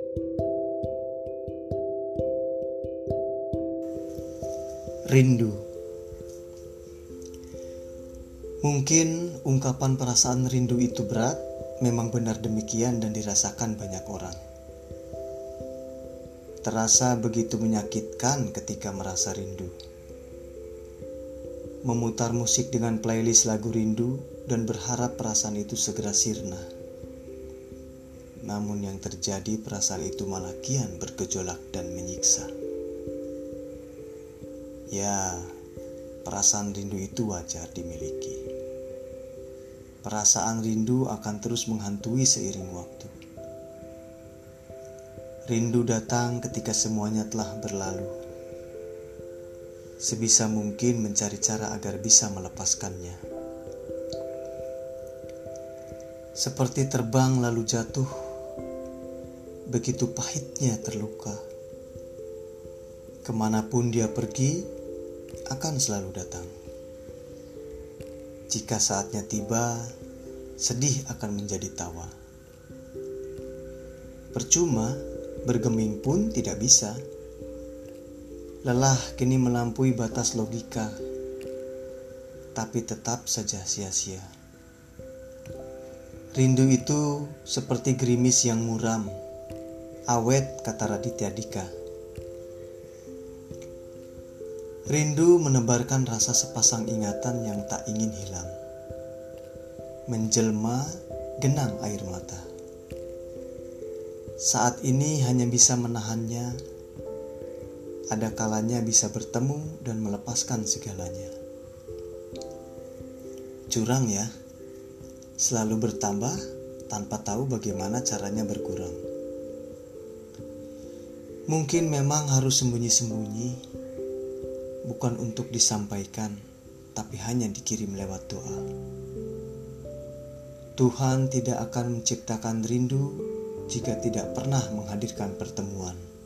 Rindu. Mungkin ungkapan perasaan rindu itu berat, memang benar demikian dan dirasakan banyak orang. Terasa begitu menyakitkan ketika merasa rindu. Memutar musik dengan playlist lagu rindu dan berharap perasaan itu segera sirna. Namun yang terjadi, perasaan itu malah kian bergejolak dan menyiksa. Ya, perasaan rindu itu wajar dimiliki. Perasaan rindu akan terus menghantui seiring waktu. Rindu datang ketika semuanya telah berlalu. Sebisa mungkin mencari cara agar bisa melepaskannya. Seperti terbang lalu jatuh, begitu pahitnya terluka. Kemanapun dia pergi, akan selalu datang. Jika saatnya tiba, sedih akan menjadi tawa. Percuma, bergeming pun tidak bisa. Lelah kini melampaui batas logika, tapi tetap saja sia-sia. Rindu itu seperti gerimis yang muram, awet kata Raditya Dika. Rindu menebarkan rasa sepasang ingatan yang tak ingin hilang. Menjelma genang air mata. Saat ini hanya bisa menahannya, ada kalanya bisa bertemu dan melepaskan segalanya. Curang ya, selalu bertambah tanpa tahu bagaimana caranya berkurang. Mungkin memang harus sembunyi-sembunyi, bukan untuk disampaikan, tapi hanya dikirim lewat doa. Tuhan tidak akan menciptakan rindu jika tidak pernah menghadirkan pertemuan.